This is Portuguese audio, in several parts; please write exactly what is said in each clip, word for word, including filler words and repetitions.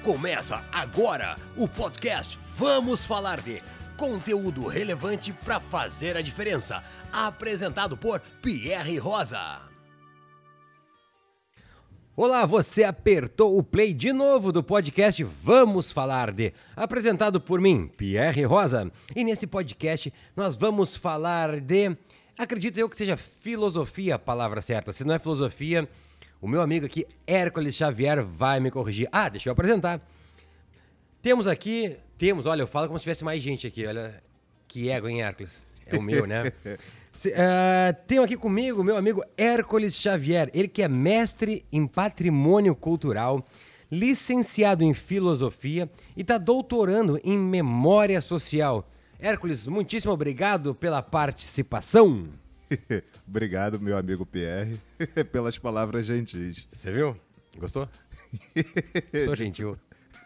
Começa agora o podcast Vamos Falar de conteúdo relevante para fazer a diferença. Apresentado por Pierre Rosa. Olá, você apertou o play de novo do podcast Vamos Falar de, apresentado por mim, Pierre Rosa. E nesse podcast nós vamos falar de, acredito eu que seja filosofia a palavra certa. Se não é filosofia, o meu amigo aqui, Hércules Xavier, vai me corrigir. Ah, deixa eu apresentar. Temos aqui, temos, olha, eu falo como se tivesse mais gente aqui, olha, que ego, hein, Hércules? É o meu, né? Se, uh, tenho aqui comigo o meu amigo Hércules Xavier, ele que é mestre em patrimônio cultural, licenciado em filosofia e está doutorando em memória social. Hércules, muitíssimo obrigado pela participação. Obrigado, meu amigo Pierre, pelas palavras gentis. Você viu? Gostou? Sou gentil.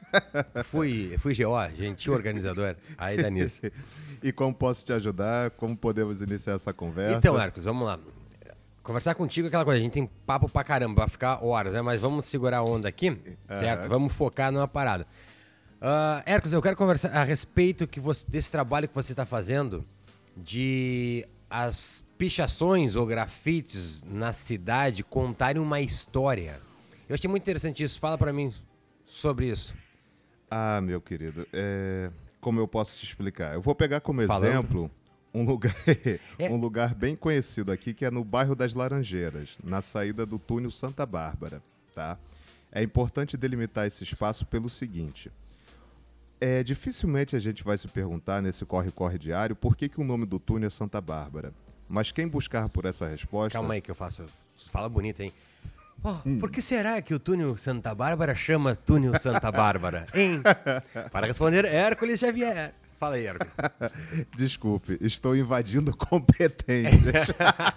Fui, fui G O, gentil organizador. Aí dá nisso. E como posso te ajudar? Como podemos iniciar essa conversa? Então, Hércules, vamos lá. Conversar contigo é aquela coisa, a gente tem papo pra caramba, vai ficar horas, né? Mas vamos segurar a onda aqui, certo? Uhum. Vamos focar numa parada. Uh, Hércules, eu quero conversar a respeito que você, desse trabalho que você está fazendo de as pichações ou grafites na cidade contarem uma história. Eu achei muito interessante isso. Fala pra mim sobre isso. Ah, meu querido, é... como eu posso te explicar? Eu vou pegar como Falando. exemplo um lugar, é. um lugar bem conhecido aqui, que é no bairro das Laranjeiras, na saída do túnel Santa Bárbara, tá? É importante delimitar esse espaço pelo seguinte: é, dificilmente a gente vai se perguntar nesse corre-corre diário por que, que o nome do túnel é Santa Bárbara. Mas quem buscar por essa resposta... Calma aí que eu faço... Fala bonito, hein? Oh, hum. Por que será que o túnel Santa Bárbara chama túnel Santa Bárbara, hein? Para responder, Hércules Xavier. Fala aí, Hércules. Desculpe, estou invadindo competências.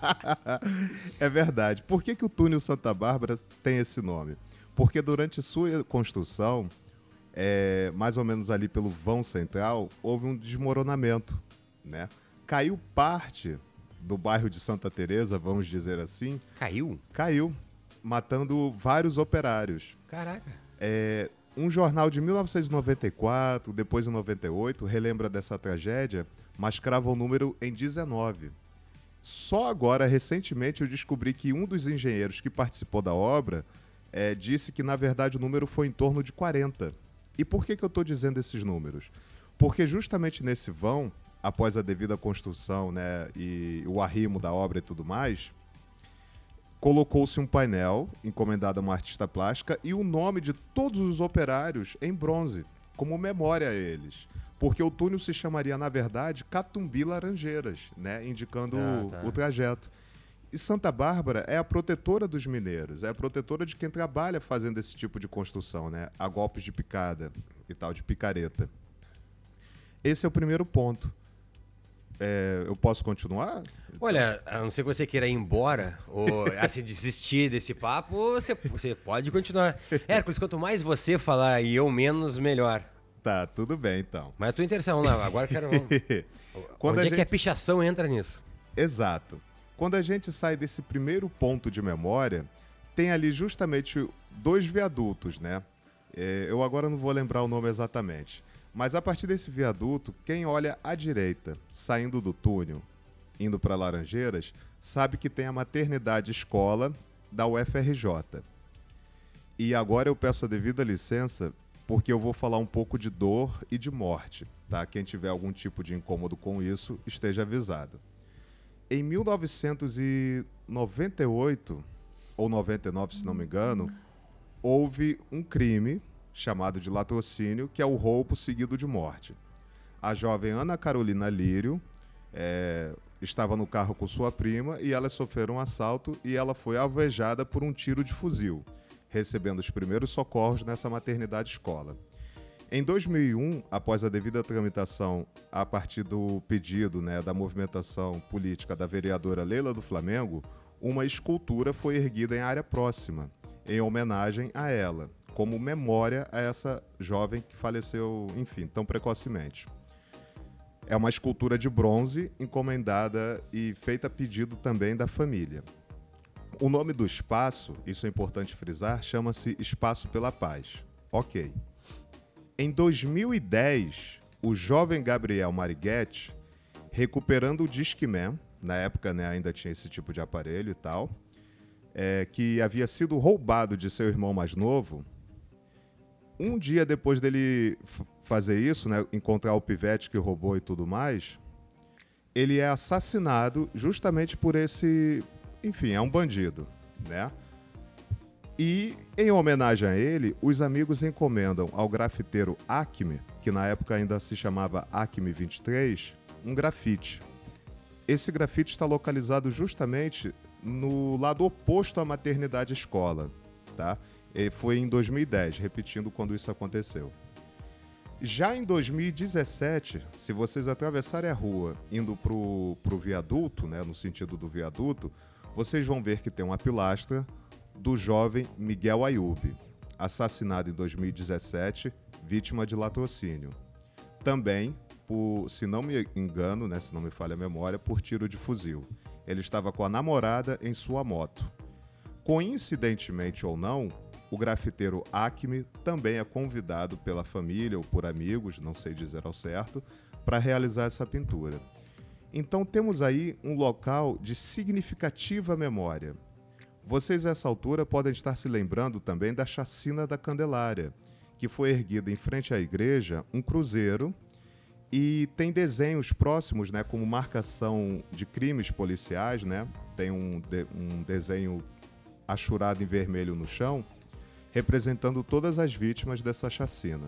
É verdade. Por que, que o túnel Santa Bárbara tem esse nome? Porque durante sua construção, é, mais ou menos ali pelo vão central, houve um desmoronamento, né? Caiu parte do bairro de Santa Teresa, vamos dizer assim. Caiu? Caiu. Matando vários operários. Caraca. É, um jornal de mil novecentos e noventa e quatro, depois em noventa e oito, relembra dessa tragédia, mas crava o número em dezenove. Só agora, recentemente, eu descobri que um dos engenheiros que participou da obra é, disse que, na verdade, o número foi em torno de quarenta. E por que, que eu estou dizendo esses números? Porque justamente nesse vão, após a devida construção, né, e o arrimo da obra e tudo mais... colocou-se um painel encomendado a uma artista plástica e o nome de todos os operários em bronze, como memória a eles. Porque o túnel se chamaria, na verdade, Catumbi Laranjeiras, né? Indicando ah, tá. o, o trajeto. E Santa Bárbara é a protetora dos mineiros, é a protetora de quem trabalha fazendo esse tipo de construção, né? A golpes de picada e tal, de picareta. Esse é o primeiro ponto. É, eu posso continuar? Olha, a não ser que você queira ir embora ou assim, desistir desse papo, você, você pode continuar. Hércules, quanto mais você falar e eu menos, melhor. Tá, tudo bem então. Mas a tua intenção, não, agora eu quero... Quando Onde é gente... que a pichação entra nisso? Exato. Quando a gente sai desse primeiro ponto de memória, tem ali justamente dois viadutos, né? É, eu agora não vou lembrar o nome exatamente. Mas a partir desse viaduto, quem olha à direita, saindo do túnel, indo para Laranjeiras, sabe que tem a maternidade escola da U F R J. E agora eu peço a devida licença, porque eu vou falar um pouco de dor e de morte, tá? Quem tiver algum tipo de incômodo com isso, esteja avisado. Em mil novecentos e noventa e oito, ou noventa e nove, se não me engano, houve um crime chamado de latrocínio, que é o roubo seguido de morte. A jovem Ana Carolina Lírio é, estava no carro com sua prima e elas sofreram um assalto e ela foi alvejada por um tiro de fuzil, recebendo os primeiros socorros nessa maternidade escola. Em dois mil e um, após a devida tramitação a partir do pedido, né, da movimentação política da vereadora Leila do Flamengo, uma escultura foi erguida em área próxima, em homenagem a ela, como memória a essa jovem que faleceu, enfim, tão precocemente. É uma escultura de bronze encomendada e feita a pedido também da família. O nome do espaço, isso é importante frisar, chama-se Espaço pela Paz. Ok. Em dois mil e dez, o jovem Gabriel Marighetti, recuperando o Discman, na época, né, ainda tinha esse tipo de aparelho e tal, é, que havia sido roubado de seu irmão mais novo, um dia depois dele f- fazer isso, né, encontrar o pivete que roubou e tudo mais, ele é assassinado justamente por esse... Enfim, é um bandido, né? E, em homenagem a ele, os amigos encomendam ao grafiteiro Acme, que na época ainda se chamava Acme vinte e três, um grafite. Esse grafite está localizado justamente no lado oposto à maternidade escola, tá? E foi em dois mil e dez, repetindo quando isso aconteceu. Já em dois mil e dezessete, se vocês atravessarem a rua indo para o viaduto, né, no sentido do viaduto, vocês vão ver que tem uma pilastra do jovem Miguel Ayub, assassinado em dois mil e dezessete, vítima de latrocínio. Também, por, se não me engano, né, se não me falha a memória, por tiro de fuzil. Ele estava com a namorada em sua moto. Coincidentemente ou não, o grafiteiro Acme também é convidado pela família ou por amigos, não sei dizer ao certo, para realizar essa pintura. Então temos aí um local de significativa memória. Vocês, a essa altura, podem estar se lembrando também da chacina da Candelária, que foi erguida em frente à igreja um cruzeiro e tem desenhos próximos, né, como marcação de crimes policiais, né? Tem um, de, um desenho achurado em vermelho no chão, representando todas as vítimas dessa chacina.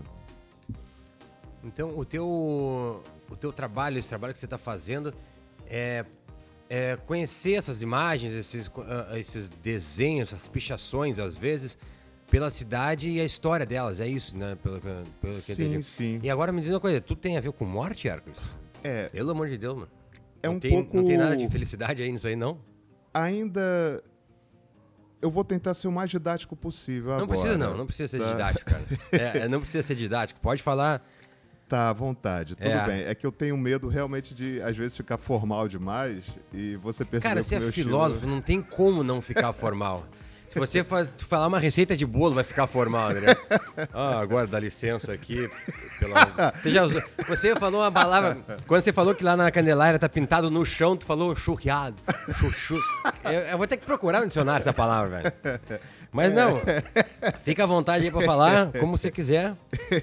Então, o teu, o teu trabalho, esse trabalho que você está fazendo, é, é conhecer essas imagens, esses, uh, esses desenhos, essas pichações, às vezes, pela cidade e a história delas, é isso, né? Pelo, pelo que Sim, entendi. sim. E agora me diz uma coisa, tudo tem a ver com morte, Hércules? É. Pelo amor de Deus, mano. É não um tem, pouco... Não tem nada de infelicidade aí nisso aí, não? Ainda... Eu vou tentar ser o mais didático possível não agora. Não precisa não, não precisa ser tá. didático, cara. É, não precisa ser didático, pode falar... Tá, à vontade, tudo é. bem. É que eu tenho medo realmente de, às vezes, ficar formal demais e você perceber Cara, que você o meu é filósofo, estilo... não tem como não ficar formal. Se você fa- falar uma receita de bolo, vai ficar formal, André. Ah, agora dá licença aqui. Pela... Você já usou... Você falou uma palavra... Quando você falou que lá na Candelária tá pintado no chão, tu falou churriado. Chuchu... Eu, eu vou ter que procurar no dicionário essa palavra, velho. Mas não, fica à vontade aí pra falar, como você quiser.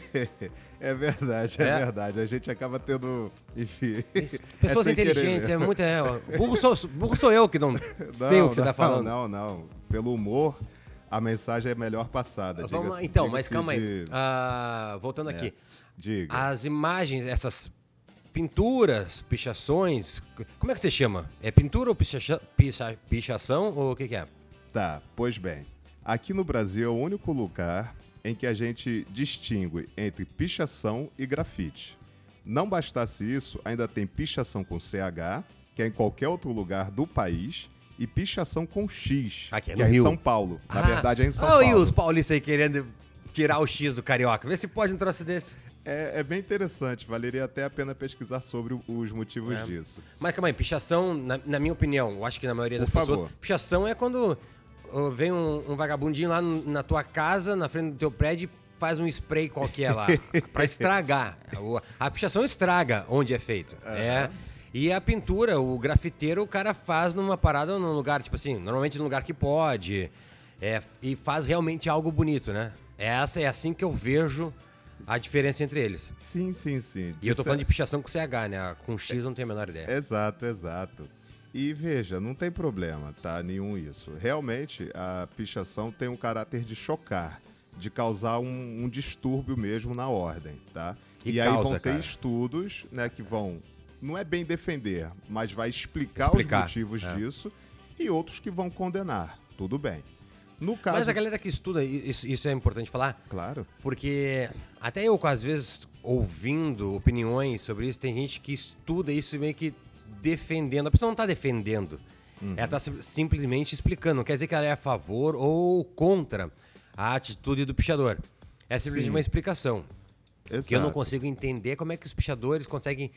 É verdade, é, É. verdade. A gente acaba tendo, enfim... Pessoas é sem querer inteligentes, é mesmo. muito... É, ó, burro, sou, burro sou eu que não, sei o que você não, tá falando. Não, não. Pelo humor, a mensagem é melhor passada. Vamos lá, diga-se- então, diga-se mas calma aí. de- Ah, voltando É. aqui. Diga. As imagens, essas pinturas, pichações, como é que você chama? É pintura ou pichacha, picha, pichação ou o que, que é? Tá, pois bem. Aqui no Brasil é o único lugar em que a gente distingue entre pichação e grafite. Não bastasse isso, ainda tem pichação com C H, que é em qualquer outro lugar do país, e pichação com X, Aqui é que no é em Rio. São Paulo. Na Ah, verdade é em São oh, Paulo. E os paulistas aí querendo tirar o X do carioca. Vê se pode um troço desse. É, é bem interessante, valeria até a pena pesquisar sobre o- os motivos É. disso. Mas calma aí, pichação, na, na minha opinião, eu acho que na maioria das Por pessoas, favor. pichação é quando ó, vem um, um vagabundinho lá no- na tua casa, na frente do teu prédio, e faz um spray qualquer lá, pra estragar. O- A pichação estraga onde é feito. É. E a pintura, o grafiteiro, o cara faz numa parada, num lugar, tipo assim, normalmente num lugar que pode, é, e faz realmente algo bonito, né? Essa é assim que eu vejo a diferença entre eles. Sim, sim, sim. E eu tô Disse- falando de pichação com C H, né? Com X eu não tenho a menor ideia. Exato, exato. E veja, não tem problema, tá? Nenhum isso. Realmente, a pichação tem um caráter de chocar, de causar um, um distúrbio mesmo na ordem, tá? E E, aí causa, vão ter cara. estudos, né, que vão, não é bem defender, mas vai explicar, Explicar, os motivos é. disso, e outros que vão condenar. Tudo bem. No caso... Mas a galera que estuda, isso, isso é importante falar, Claro. porque até eu, às vezes, ouvindo opiniões sobre isso, tem gente que estuda isso meio que defendendo. A pessoa não está defendendo, Uhum. ela está simplesmente explicando. Não quer dizer que ela é a favor ou contra a atitude do pichador. É simplesmente Sim. uma explicação. Exato. Que eu não consigo entender como é que os pichadores conseguem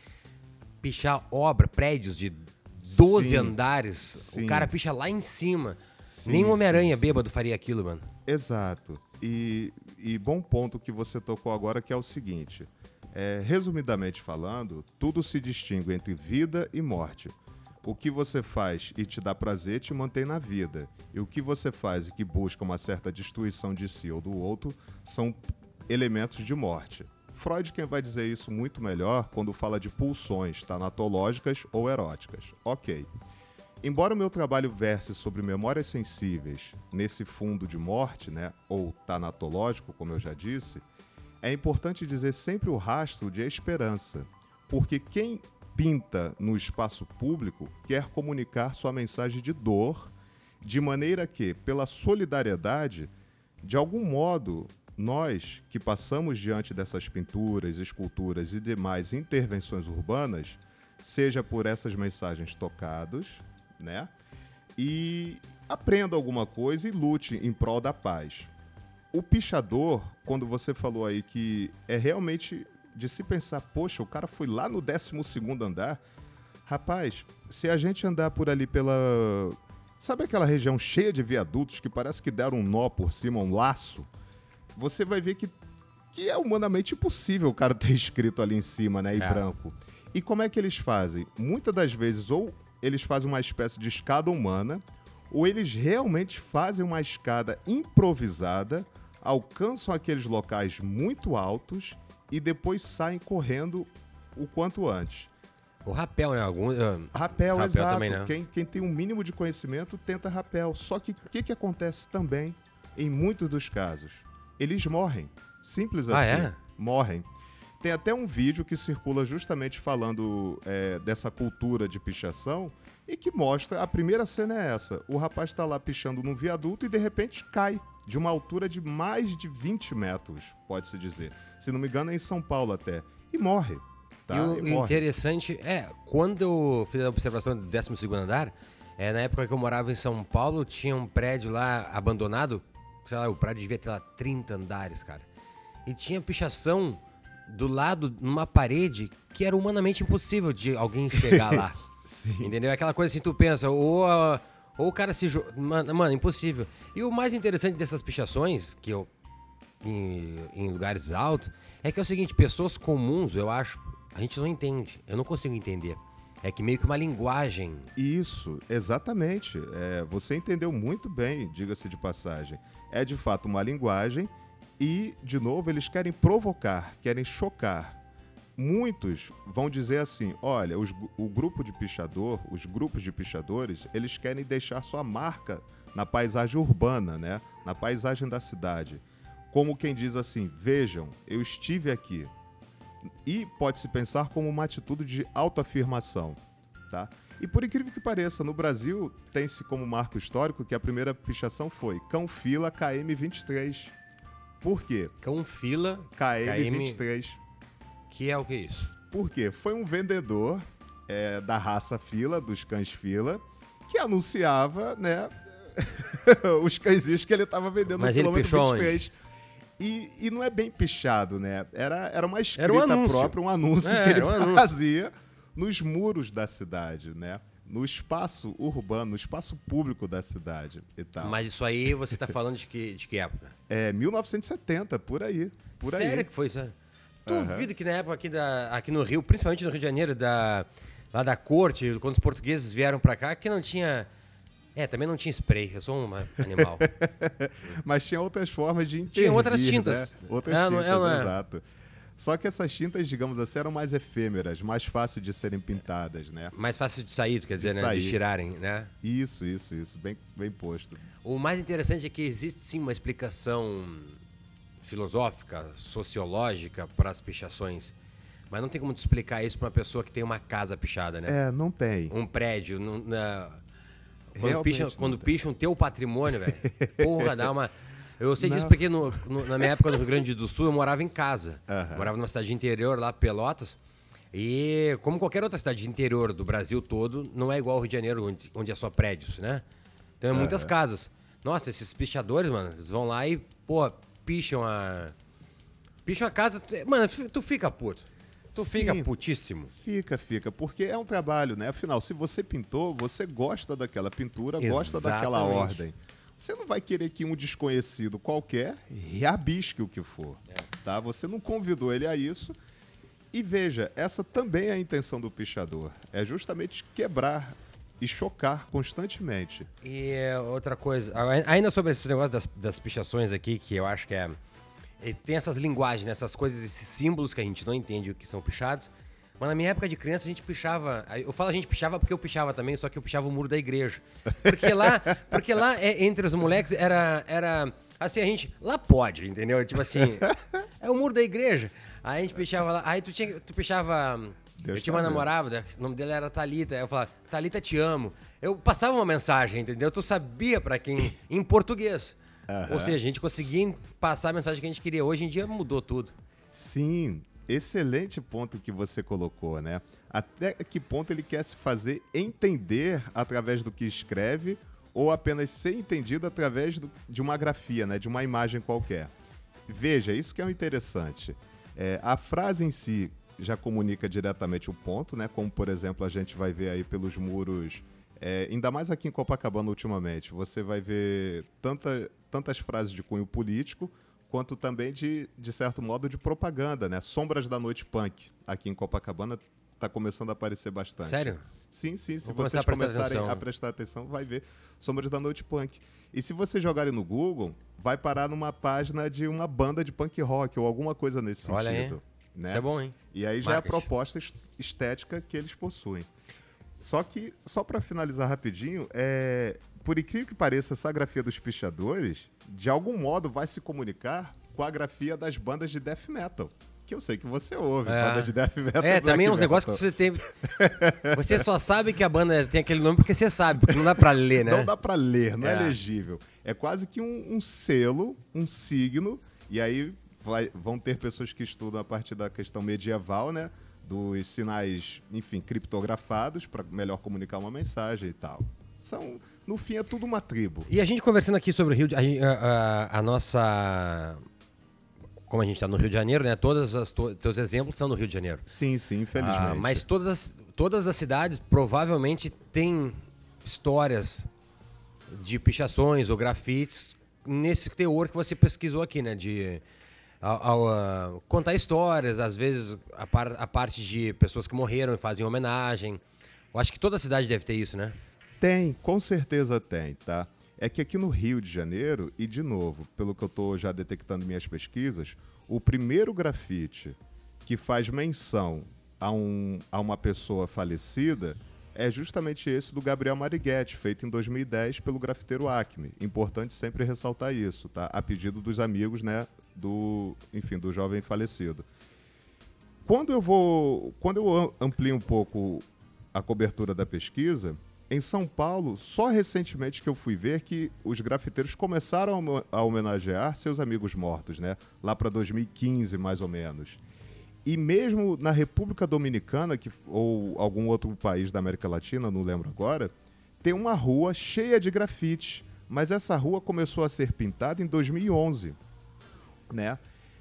pichar obra, prédios de doze Sim. andares. Sim. O cara picha lá em cima. Sim, Nem o Homem-Aranha sim, bêbado faria aquilo, mano. Exato. E, e bom ponto que você tocou agora, que é o seguinte. É, resumidamente falando, tudo se distingue entre vida e morte. O que você faz e te dá prazer te mantém na vida. E o que você faz e que busca uma certa destruição de si ou do outro são elementos de morte. Freud quem vai dizer isso muito melhor quando fala de pulsões tanatológicas ou eróticas. Ok. Embora o meu trabalho verse sobre memórias sensíveis nesse fundo de morte, né, ou tanatológico, como eu já disse, é importante dizer sempre o rastro de esperança, porque quem pinta no espaço público quer comunicar sua mensagem de dor, de maneira que, pela solidariedade, de algum modo, nós que passamos diante dessas pinturas, esculturas e demais intervenções urbanas, seja por essas mensagens tocados, né, e aprenda alguma coisa e lute em prol da paz. O pichador, quando você falou aí que é realmente de se pensar, poxa, o cara foi lá no décimo segundo andar. Rapaz, se a gente andar por ali pela... Sabe aquela região cheia de viadutos que parece que deram um nó por cima, um laço? Você vai ver que, que é humanamente impossível o cara ter escrito ali em cima, né, em É. branco. E como é que eles fazem? Muitas das vezes, ou eles fazem uma espécie de escada humana, ou eles realmente fazem uma escada improvisada, alcançam aqueles locais muito altos e depois saem correndo o quanto antes. O rapel, né? Algum, uh, Rapel, Rapel exato. também, né? Quem, quem tem um mínimo de conhecimento tenta rapel. Só que o que, que acontece também em muitos dos casos? Eles morrem. Simples Ah, assim. é? Morrem. Tem até um vídeo que circula justamente falando é, dessa cultura de pichação e que mostra, a primeira cena é essa. O rapaz está lá pichando num viaduto e de repente cai de uma altura de mais de vinte metros, pode-se dizer. Se não me engano é em São Paulo até. E morre. Tá? E o E morre. interessante é, quando eu fiz a observação do décimo segundo andar, é, na época que eu morava em São Paulo, tinha um prédio lá abandonado, sei lá, o prédio devia ter lá trinta andares, cara. E tinha pichação do lado, numa parede, que era humanamente impossível de alguém chegar lá. Sim. Entendeu? É aquela coisa assim, tu pensa, ou, a- ou o cara se... jo- Mano, mano, impossível. E o mais interessante dessas pichações, que eu... Em, em lugares altos, é que é o seguinte, pessoas comuns, eu acho, a gente não entende. Eu não consigo entender. É que meio que uma linguagem. Isso, exatamente. É, você entendeu muito bem, diga-se de passagem. É de fato uma linguagem e, de novo, eles querem provocar, querem chocar. Muitos vão dizer assim, olha, os- o grupo de pichador, os grupos de pichadores, eles querem deixar sua marca na paisagem urbana, né? Na paisagem da cidade. Como quem diz assim, vejam, eu estive aqui. E pode-se pensar como uma atitude de autoafirmação, tá? E por incrível que pareça, no Brasil tem-se como marco histórico que a primeira pichação foi Cão Fila K M vinte e três. Por quê? Cão fila, K M vinte e três. que é o que é isso? Por quê? Foi um vendedor é, da raça fila, dos cães fila, que anunciava, né, os cãezinhos que ele estava vendendo Mas no ele quilômetro pichou vinte e três. E, e não é bem pichado, né? Era, era uma escrita Era um anúncio. própria, um anúncio É, que ele era um anúncio. fazia nos muros da cidade, né? No espaço urbano, no espaço público da cidade e tal. Mas isso aí você tá falando de que, de que época? É mil novecentos e setenta, por aí. Por Sério aí. que foi isso? Aham. Duvido que na época aqui, da, aqui no Rio, principalmente no Rio de Janeiro, da, lá da corte, quando os portugueses vieram pra cá, que não tinha... É, também não tinha spray, eu sou um animal. Mas tinha outras formas de intervir, Tinha outras tintas. Né? Outras É, não- tintas, é, não é? exato. Só que essas tintas, digamos assim, eram mais efêmeras, mais fáceis de serem pintadas, né? Mais fácil de sair, tu quer dizer, De né? De sair. tirarem, né? Isso, isso, isso. Bem, bem posto. O mais interessante é que existe sim uma explicação filosófica, sociológica para as pichações. Mas não tem como te explicar isso para uma pessoa que tem uma casa pichada, né? É, não tem. Um prédio. Não- na- Quando, Realmente picham, não quando tem. picham teu patrimônio, velho. Porra, dá uma. Eu sei disso Não. porque no- no- na minha época no Rio Grande do Sul eu morava em casa. Aham. Morava numa cidade de interior lá, Pelotas. E como qualquer outra cidade de interior do Brasil todo, não é igual ao Rio de Janeiro, onde, onde é só prédios, né? Então é muitas Aham. casas. Nossa, esses pichadores, mano, eles vão lá e, pô, picham a. Picham a casa. tu- Mano, tu fica puto. Tu fica Sim. putíssimo. Fica, fica, porque é um trabalho, né? Afinal, se você pintou, você gosta daquela pintura, gosta daquela Exatamente. ordem. você não vai querer que um desconhecido qualquer reabisque o que for. É. Tá? Você não convidou ele a isso. E veja, essa também é a intenção do pichador. É justamente quebrar e chocar constantemente. E outra coisa, ainda sobre esse negócio das, das pichações aqui, que eu acho que é... Tem essas linguagens, né, essas coisas, esses símbolos que a gente não entende o que são pichados. Mas na minha época de criança a gente pichava... Eu falo a gente pichava porque eu pichava também, só que eu pichava o muro da igreja. Porque lá, porque lá é, entre os moleques era, era... Assim, a gente... Lá pode, entendeu? Tipo assim... É o muro da igreja. Aí a gente pichava lá... Aí tu, tinha, tu pichava... Deus eu tinha uma namorada, o nome dela era Thalita. Aí eu falava, Thalita, te amo. Eu passava uma mensagem, entendeu? Tu sabia pra quem... Em português. Uhum. Ou seja, a gente conseguia passar a mensagem que a gente queria. Hoje em dia mudou tudo. Sim, excelente ponto que você colocou, né? Até que ponto ele quer se fazer entender através do que escreve ou apenas ser entendido através do, de uma grafia, né? De uma imagem qualquer. Veja, isso que é o interessante. É, a frase em si já comunica diretamente o ponto, né? Como, por exemplo, a gente vai ver aí pelos muros... É, ainda mais aqui em Copacabana ultimamente, você vai ver tanta, tantas frases de cunho político, quanto também de, de certo modo, de propaganda, né? Sombras da Noite Punk, aqui em Copacabana, está começando a aparecer bastante. Sério? Sim, sim. Se Vou vocês a começarem atenção. a prestar atenção, vai ver Sombras da Noite Punk. E se vocês jogarem no Google, vai parar numa página de uma banda de punk rock ou alguma coisa nesse Olha sentido. Aí. Né? Isso é bom, hein? E aí já Market. É a proposta estética que eles possuem. Só que, só para finalizar rapidinho, é, por incrível que pareça, essa grafia dos pichadores, de algum modo vai se comunicar com a grafia das bandas de death metal. Que eu sei que você ouve, é. bandas de death metal. É, também é uns negócios que você tem... Você só sabe que a banda tem aquele nome porque você sabe, porque não dá para ler, né? Não dá para ler, não é. é legível. É quase que um, um selo, um signo, e aí vai, vão ter pessoas que estudam a partir da questão medieval, né? Dos sinais, enfim, criptografados para melhor comunicar uma mensagem e tal. São, no fim, é tudo uma tribo. E a gente conversando aqui sobre o Rio de a, a, a nossa... Como a gente está no Rio de Janeiro, né? Todos os to, teus exemplos são no Rio de Janeiro. Sim, sim, infelizmente. Ah, mas todas as, todas as cidades provavelmente têm histórias de pichações ou grafites nesse teor que você pesquisou aqui, né? De... Ao, ao, uh, contar histórias, às vezes a, par, a parte de pessoas que morreram e fazem homenagem. Eu acho que toda cidade deve ter isso, né? Tem, com certeza tem, tá? É que aqui no Rio de Janeiro, e de novo, pelo que eu estou já detectando em minhas pesquisas, o primeiro grafite que faz menção a, um, a uma pessoa falecida é justamente esse do Gabriel Marighetti, feito em dois mil e dez pelo grafiteiro Acme. Importante sempre ressaltar isso, tá? A pedido dos amigos, né? Do, enfim, do jovem falecido. Quando eu vou, quando eu amplio um pouco a cobertura da pesquisa, em São Paulo, só recentemente que eu fui ver que os grafiteiros começaram a homenagear seus amigos mortos, né? Lá para dois mil e quinze, mais ou menos. E mesmo na República Dominicana, que, ou algum outro país da América Latina, não lembro agora, tem uma rua cheia de grafites, mas essa rua começou a ser pintada em dois mil e onze. Né?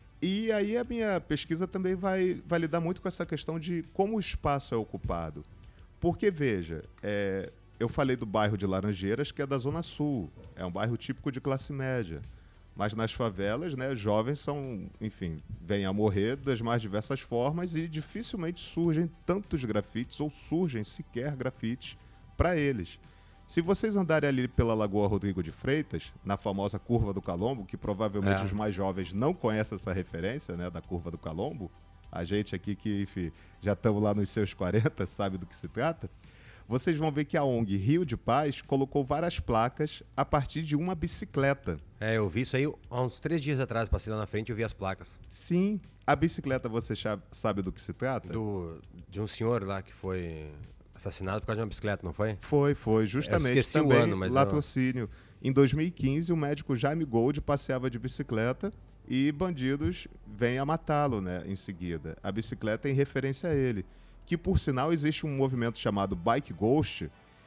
E aí a minha pesquisa também vai, vai lidar muito com essa questão de como o espaço é ocupado. Porque, veja, é, eu falei do bairro de Laranjeiras, que é da Zona Sul, é um bairro típico de classe média. Mas nas favelas, né, jovens são, enfim, vêm a morrer das mais diversas formas e dificilmente surgem tantos grafites ou surgem sequer grafites para eles. Se vocês andarem ali pela Lagoa Rodrigo de Freitas, na famosa Curva do Calombo, que provavelmente é. os mais jovens não conhecem essa referência, né, da Curva do Calombo, a gente aqui que, enfim, já estamos lá nos seus quarenta, sabe do que se trata, vocês vão ver que a O N G Rio de Paz colocou várias placas a partir de uma bicicleta. É, eu vi isso aí há uns três dias atrás, passei lá na frente e eu vi as placas. Sim, a bicicleta você sabe do que se trata? Do, de um senhor lá que foi... assassinado por causa de uma bicicleta, não foi? Foi, foi. Justamente. Eu esqueci também, o ano, mas... latrocínio. Eu... Em dois mil e quinze, o médico Jaime Gold passeava de bicicleta e bandidos vêm a matá-lo, né, em seguida. A bicicleta é em referência a ele. Que, por sinal, existe um movimento chamado Bike Ghost,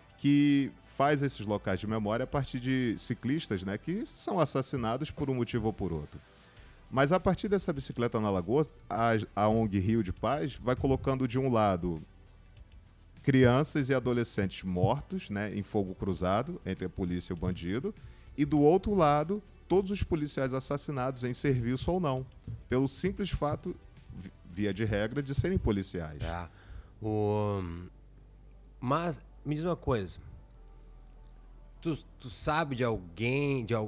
que faz esses locais de memória a partir de ciclistas, né, que são assassinados por um motivo ou por outro. Mas a partir dessa bicicleta na Lagoa, a, a O N G Rio de Paz vai colocando de um lado... crianças e adolescentes mortos, né, em fogo cruzado entre a polícia e o bandido, E do outro lado, todos os policiais assassinados em serviço ou não, pelo simples fato, via de regra, de serem policiais. É. O... Mas, me diz uma coisa. Tu, tu sabe de alguém, de, uh...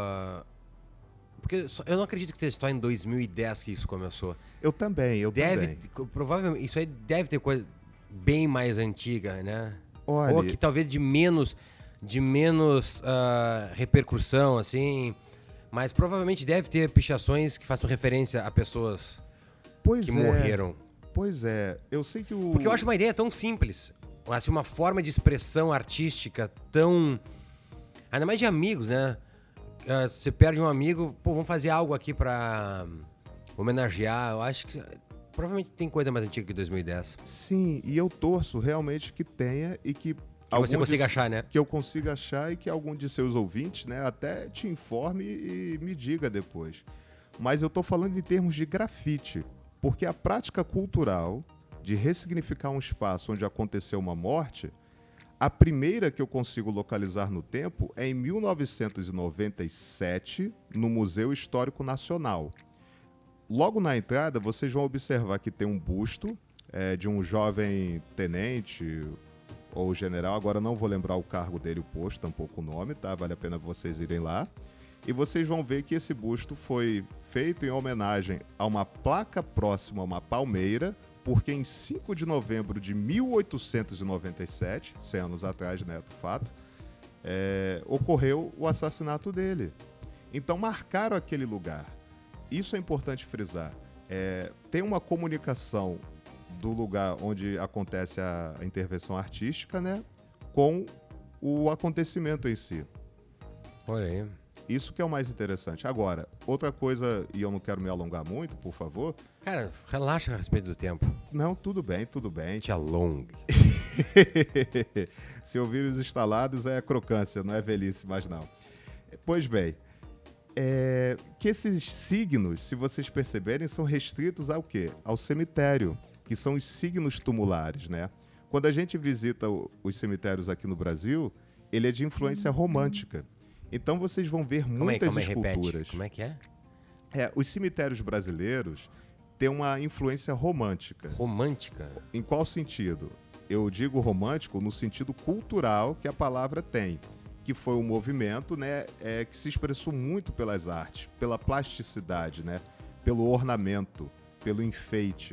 porque eu não acredito que seja só em dois mil e dez que isso começou. Eu também, eu deve, também. Provavelmente, isso aí deve ter coisa bem mais antiga, né? Olha... Ou que talvez de menos, de menos uh, repercussão, assim. Mas provavelmente deve ter pichações que façam referência a pessoas pois que é. morreram. Pois é, eu sei que o... Porque eu acho uma ideia tão simples. Assim, uma forma de expressão artística tão... Ainda mais de amigos, né? Uh, você perde um amigo, pô, vamos fazer algo aqui pra homenagear. Eu acho que provavelmente tem coisa mais antiga que dois mil e dez. Sim, e eu torço realmente que tenha e que... Que você consiga de, achar, né? Que eu consiga achar e que algum de seus ouvintes, né, até te informe e me diga depois. Mas eu tô falando em termos de grafite, porque a prática cultural de ressignificar um espaço onde aconteceu uma morte, a primeira que eu consigo localizar no tempo é em mil novecentos e noventa e sete, no Museu Histórico Nacional. Logo na entrada, vocês vão observar que tem um busto é, de um jovem tenente ou general, agora não vou lembrar o cargo dele, o posto, tampouco o nome, tá? Vale a pena vocês irem lá. E vocês vão ver que esse busto foi feito em homenagem a uma placa próxima a uma palmeira, porque em cinco de novembro de mil oitocentos e noventa e sete, cem anos atrás, né, do fato, é, ocorreu o assassinato dele. Então marcaram aquele lugar. Isso é importante frisar. É, tem uma comunicação do lugar onde acontece a, a intervenção artística, né, com o acontecimento em si. Olha aí. Isso que é o mais interessante. Agora, outra coisa, e eu não quero me alongar muito, por favor. Cara, relaxa a respeito do tempo. Não, tudo bem, tudo bem. Te alongue. Se ouvir os instalados é crocância, não é velhice mais não. Pois bem, é, que esses signos, se vocês perceberem, são restritos ao quê? Ao cemitério, que são os signos tumulares, né? Quando a gente visita o, os cemitérios aqui no Brasil, ele é de influência romântica. Então vocês vão ver Como muitas é, como é, esculturas. repete. Como é que é? É, os cemitérios brasileiros têm uma influência romântica. Romântica? Em qual sentido? Eu digo romântico no sentido cultural que a palavra tem, que foi um movimento, né, é, que se expressou muito pelas artes, pela plasticidade, né, pelo ornamento, pelo enfeite.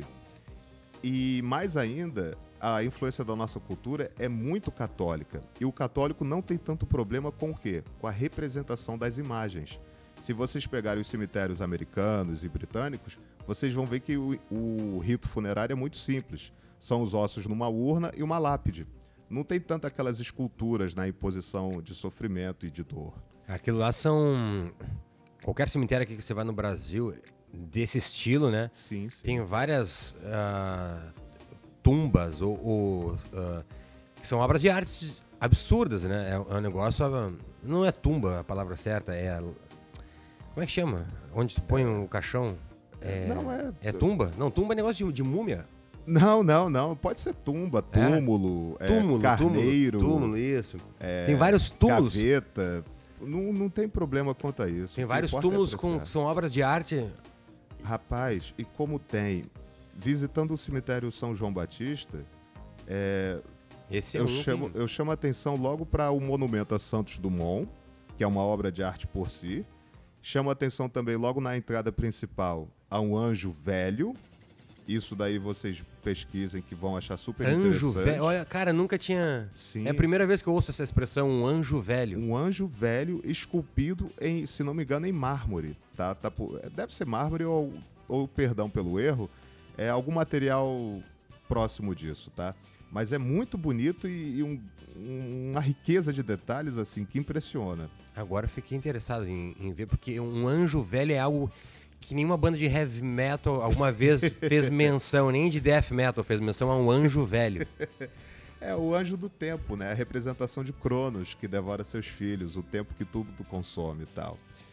E mais ainda, a influência da nossa cultura é muito católica. E o católico não tem tanto problema com o quê? Com a representação das imagens. Se vocês pegarem os cemitérios americanos e britânicos, vocês vão ver que o, o rito funerário é muito simples. São os ossos numa urna e uma lápide. Não tem tanto aquelas esculturas na imposição de sofrimento e de dor. Aquilo lá são... Qualquer cemitério aqui que você vai no Brasil, desse estilo, né? Sim, sim. Tem várias uh, tumbas ou, ou uh, que são obras de arte absurdas, né? É, é um negócio... Uh, não é tumba a palavra certa, é... Como é que chama? Onde tu põe o caixão? É, não, é... É tumba? Não, tumba é negócio de, de múmia. Não, não, não. Pode ser tumba, túmulo, é? túmulo, é, carneiro. Túmulo, túmulo isso. É, tem vários túmulos. Gaveta. Não, não tem problema quanto a isso. Tem vários túmulos com, que são obras de arte. Rapaz, e como tem... Visitando o cemitério São João Batista, é, Esse é eu, um chamo, eu chamo a atenção logo para o monumento a Santos Dumont, que é uma obra de arte por si. Chamo a atenção também logo na entrada principal a um anjo velho. Isso daí vocês pesquisem que vão achar super anjo interessante. Velho? Olha, cara, nunca tinha... Sim. É a primeira vez que eu ouço essa expressão, um anjo velho. Um anjo velho esculpido, em, se não me engano, em mármore. Tá? Tá por... Deve ser mármore ou, ou, perdão pelo erro, é algum material próximo disso, tá? Mas é muito bonito e, e um, um, uma riqueza de detalhes assim que impressiona. Agora eu fiquei interessado em, em ver, porque um anjo velho é algo que nenhuma banda de heavy metal alguma vez fez menção, nem de death metal fez menção a um anjo velho. É o anjo do tempo, né? A representação de Cronos, que devora seus filhos, o tempo que tudo consome e tal.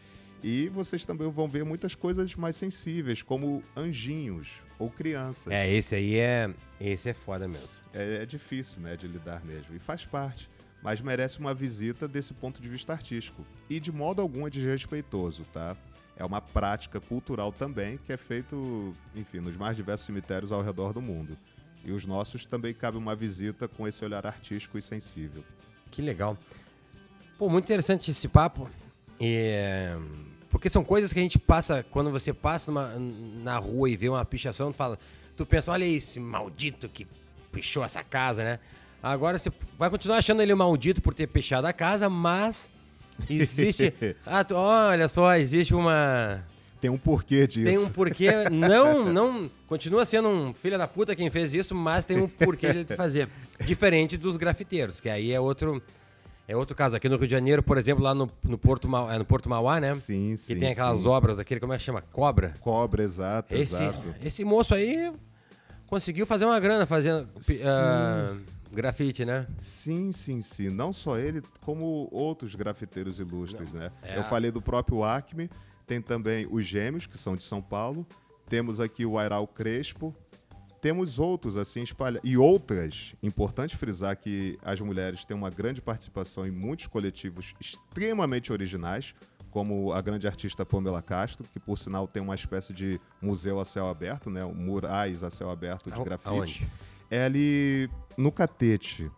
E vocês também vão ver muitas coisas mais sensíveis, como anjinhos ou crianças. É, esse aí é, esse é foda mesmo. É, é difícil, né, de lidar mesmo. E faz parte. mas merece uma visita desse ponto de vista artístico. E de modo algum é desrespeitoso, tá? É uma prática cultural também que é feito, enfim, nos mais diversos cemitérios ao redor do mundo. E os nossos também cabe uma visita com esse olhar artístico e sensível. Que legal. Pô, muito interessante esse papo. É... Porque são coisas que a gente passa, quando você passa numa, na rua e vê uma pichação, tu fala, tu pensa, olha esse maldito que pichou essa casa, né? Agora você vai continuar achando ele maldito por ter pichado a casa, mas existe... ah, tu, olha só, existe uma... Tem um porquê disso. Tem um porquê, não, não, continua sendo um filho da puta quem fez isso, mas tem um porquê de fazer. Diferente dos grafiteiros, que aí é outro... É outro caso. Aqui no Rio de Janeiro, por exemplo, lá no, no, Porto, Ma, é no Porto Mauá, né? Sim, sim. Que tem aquelas sim. obras daquele, como é que chama? Cobra? Cobra, exato, esse, exato. Esse moço aí conseguiu fazer uma grana fazendo uh, grafite, né? Sim, sim, sim. Não só ele, como outros grafiteiros ilustres, Não. né? É. Eu falei do próprio Acme, tem também os Gêmeos, que são de São Paulo. Temos aqui o Airal Crespo. Temos outros assim espalhados. E outras, importante frisar que as mulheres têm uma grande participação em muitos coletivos extremamente originais, como a grande artista Pamela Castro, que por sinal tem uma espécie de museu a céu aberto, né? Murais a céu aberto de grafite. Aonde? É ali no Catete.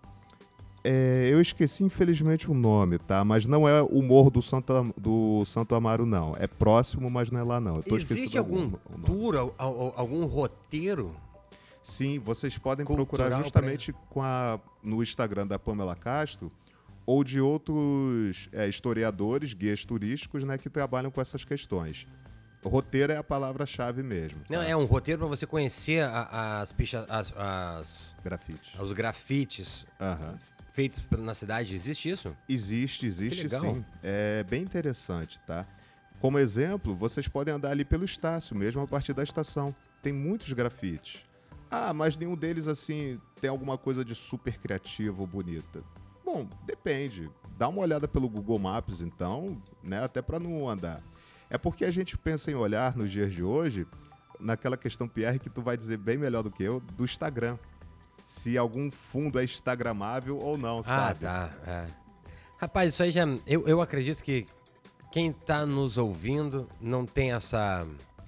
É, eu esqueci infelizmente o nome, tá? Mas não é o Morro do Santo, do Santo Amaro, não. É próximo, mas não é lá, não. Eu tô Existe algum tour, algum roteiro? Sim, vocês podem Cultural procurar justamente com a, no Instagram da Pamela Castro ou de outros é, historiadores, guias turísticos, né, que trabalham com essas questões. O roteiro é a palavra-chave mesmo. Não, tá? é um roteiro para você conhecer a, as pichas, as, as Grafites. Os grafites Uhum. feitos na cidade. Existe isso? Existe, existe legal. sim. É bem interessante, tá? Como exemplo, vocês podem andar ali pelo Estácio, mesmo a partir da estação. Tem muitos grafites. Ah, mas nenhum deles, assim, tem alguma coisa de super criativa ou bonita. Bom, depende. Dá uma olhada pelo Google Maps, então, né? Até para não andar. É porque a gente pensa em olhar nos dias de hoje naquela questão, Pierre, que tu vai dizer bem melhor do que eu, do Instagram. Se algum fundo é instagramável ou não, sabe? Ah, tá. É. Rapaz, isso aí já... Eu, eu acredito que quem tá nos ouvindo não tem essa...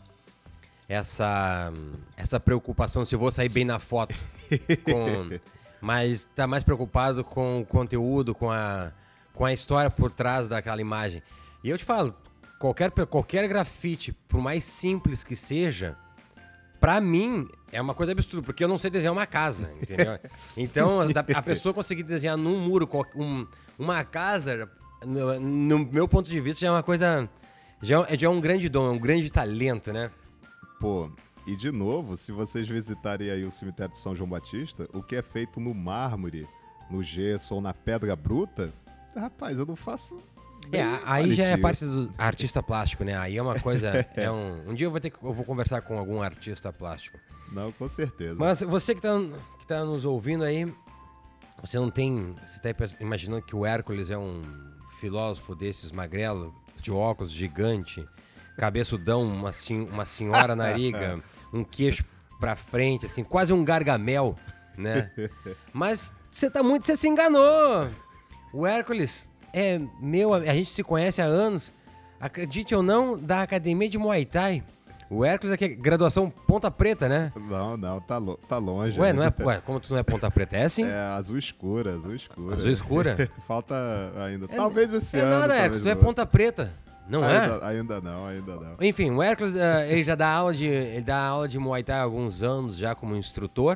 Essa, essa preocupação se eu vou sair bem na foto. Com, mas tá mais preocupado com o conteúdo, com a, com a história por trás daquela imagem. E eu te falo, qualquer, qualquer grafite, por mais simples que seja, pra mim é uma coisa absurda, porque eu não sei desenhar uma casa, entendeu? Então, a pessoa conseguir desenhar num muro um, uma casa, no, no meu ponto de vista, já é uma coisa... Já é, já é um grande dom, é um grande talento, né? Pô, e de novo, se vocês visitarem aí o cemitério de São João Batista, o que é feito no mármore, no gesso ou na pedra bruta, rapaz, eu não faço... É, aí já é parte do artista plástico, né? Aí é uma coisa... é um, um dia eu vou ter que, eu vou conversar com algum artista plástico. Não, com certeza. Mas você que tá, que tá nos ouvindo aí, você não tem... Você tá imaginando que o Hércules é um filósofo desses magrelo, de óculos, gigante... Cabeçudão, uma, sen- uma senhora nariga, um queixo pra frente, assim, quase um Gargamel, né? Mas você tá muito, você se enganou. O Hércules é meu, a gente se conhece há anos, acredite ou não, da Academia de Muay Thai. O Hércules aqui é graduação Ponta Preta, né? Não, não, tá, lo- tá longe. Ué, não é, ué, como tu não é Ponta Preta? É assim? É azul escura, azul escura. Azul escura? Falta ainda. Talvez esse é ano. nada, talvez Hércules, tu é não. Ponta Preta. Não é? ainda, ainda não, ainda não. Enfim, o Hércules, uh, ele já dá aula de, ele dá aula de Muay Thai há alguns anos já como instrutor.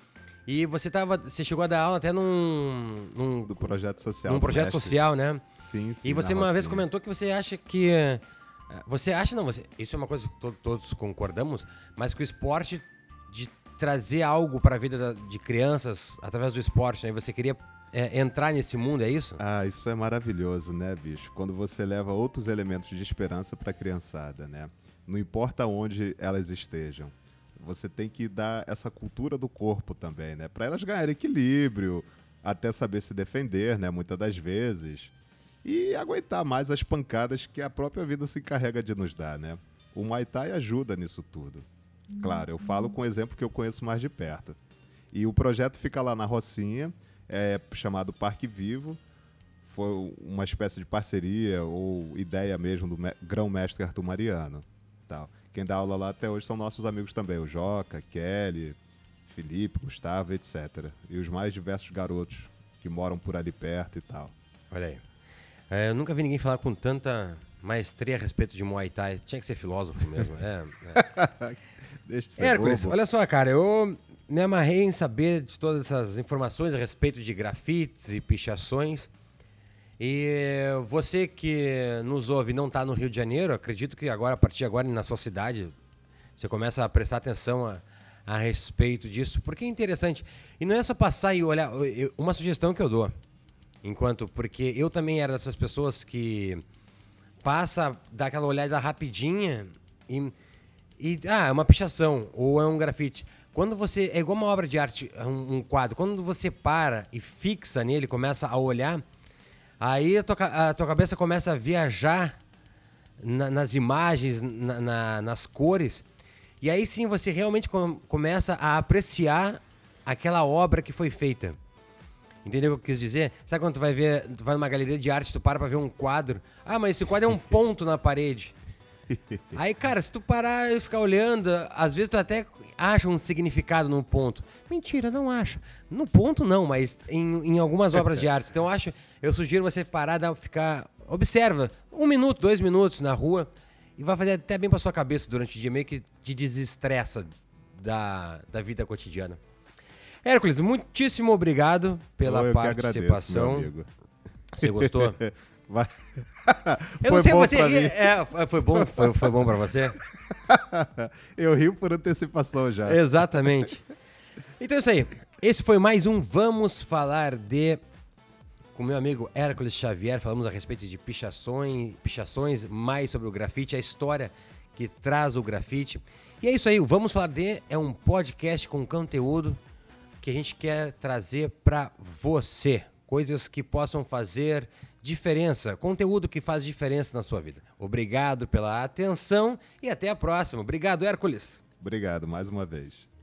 E você tava, você chegou a dar aula até num, num Do projeto social. num do projeto mestre. social, né? Sim, sim. E você na uma vez Rocinha. comentou que você acha que uh, você acha não, você, isso é uma coisa que to- todos concordamos, mas que o esporte de trazer algo para a vida da- de crianças através do esporte, né? Você queria é, entrar nesse mundo, é isso? Ah, isso é maravilhoso, né, bicho? Quando você leva outros elementos de esperança para a criançada, né? Não importa onde elas estejam. Você tem que dar essa cultura do corpo também, né? Para elas ganharem equilíbrio, até saber se defender, né? Muitas das vezes. E aguentar mais as pancadas que a própria vida se encarrega de nos dar, né? O Muay Thai ajuda nisso tudo. Claro, eu falo com um exemplo que eu conheço mais de perto. E o projeto fica lá na Rocinha, é chamado Parque Vivo. foi uma espécie de parceria ou ideia mesmo do grão-mestre Arthur Mariano. Tal. Quem dá aula lá até hoje são nossos amigos também, o Joca, Kelly, Felipe, Gustavo, etcétera. E os mais diversos garotos que moram por ali perto e tal. Olha aí. É, eu nunca vi ninguém falar com tanta maestria a respeito de Muay Thai. Tinha que ser filósofo mesmo. É, é. Deixa de ser Hércules, bobo. olha só, cara, eu me amarrei em saber de todas essas informações a respeito de grafites e pichações. E você que nos ouve e não está no Rio de Janeiro, acredito que agora, a partir de agora, na sua cidade, você começa a prestar atenção a, a respeito disso, porque é interessante. E não é só passar e olhar. Eu, uma sugestão que eu dou, enquanto, porque eu também era dessas pessoas que passa, dá aquela olhada rapidinha e, e ah, é uma pichação ou é um grafite. Quando você, é igual uma obra de arte, um, um quadro, quando você para e fixa nele, começa a olhar, aí a tua, a tua cabeça começa a viajar na, nas imagens, na, na, nas cores, e aí sim você realmente com, começa a apreciar aquela obra que foi feita. Entendeu o que eu quis dizer? Sabe quando tu vai ver, tu vai numa galeria de arte, tu para pra ver um quadro, ah, mas esse quadro é um ponto na parede. Aí, cara, se tu parar e ficar olhando, às vezes tu até acha um significado no ponto. Mentira, não acha. No ponto não, mas em, em algumas obras de arte. Então eu acho, eu sugiro você parar, dar, ficar, observa, um minuto, dois minutos na rua e vai fazer até bem pra sua cabeça durante o dia, meio que te desestressa da, da vida cotidiana. Hércules, muitíssimo obrigado pela eu participação. Que agradeço, meu amigo. Você gostou? Vai. Eu não sei, você ri... é, foi bom, foi, foi bom para você? Eu rio por antecipação já. Exatamente. Então é isso aí. Esse foi mais um Vamos Falar de... Com meu amigo Hércules Xavier, falamos a respeito de pichações, pichações, mais sobre o grafite, a história que traz o grafite. E é isso aí, o Vamos Falar de é um podcast com conteúdo que a gente quer trazer para você. Coisas que possam fazer diferença, conteúdo que faz diferença na sua vida. Obrigado pela atenção e até a próxima. Obrigado, Hércules. Obrigado mais uma vez.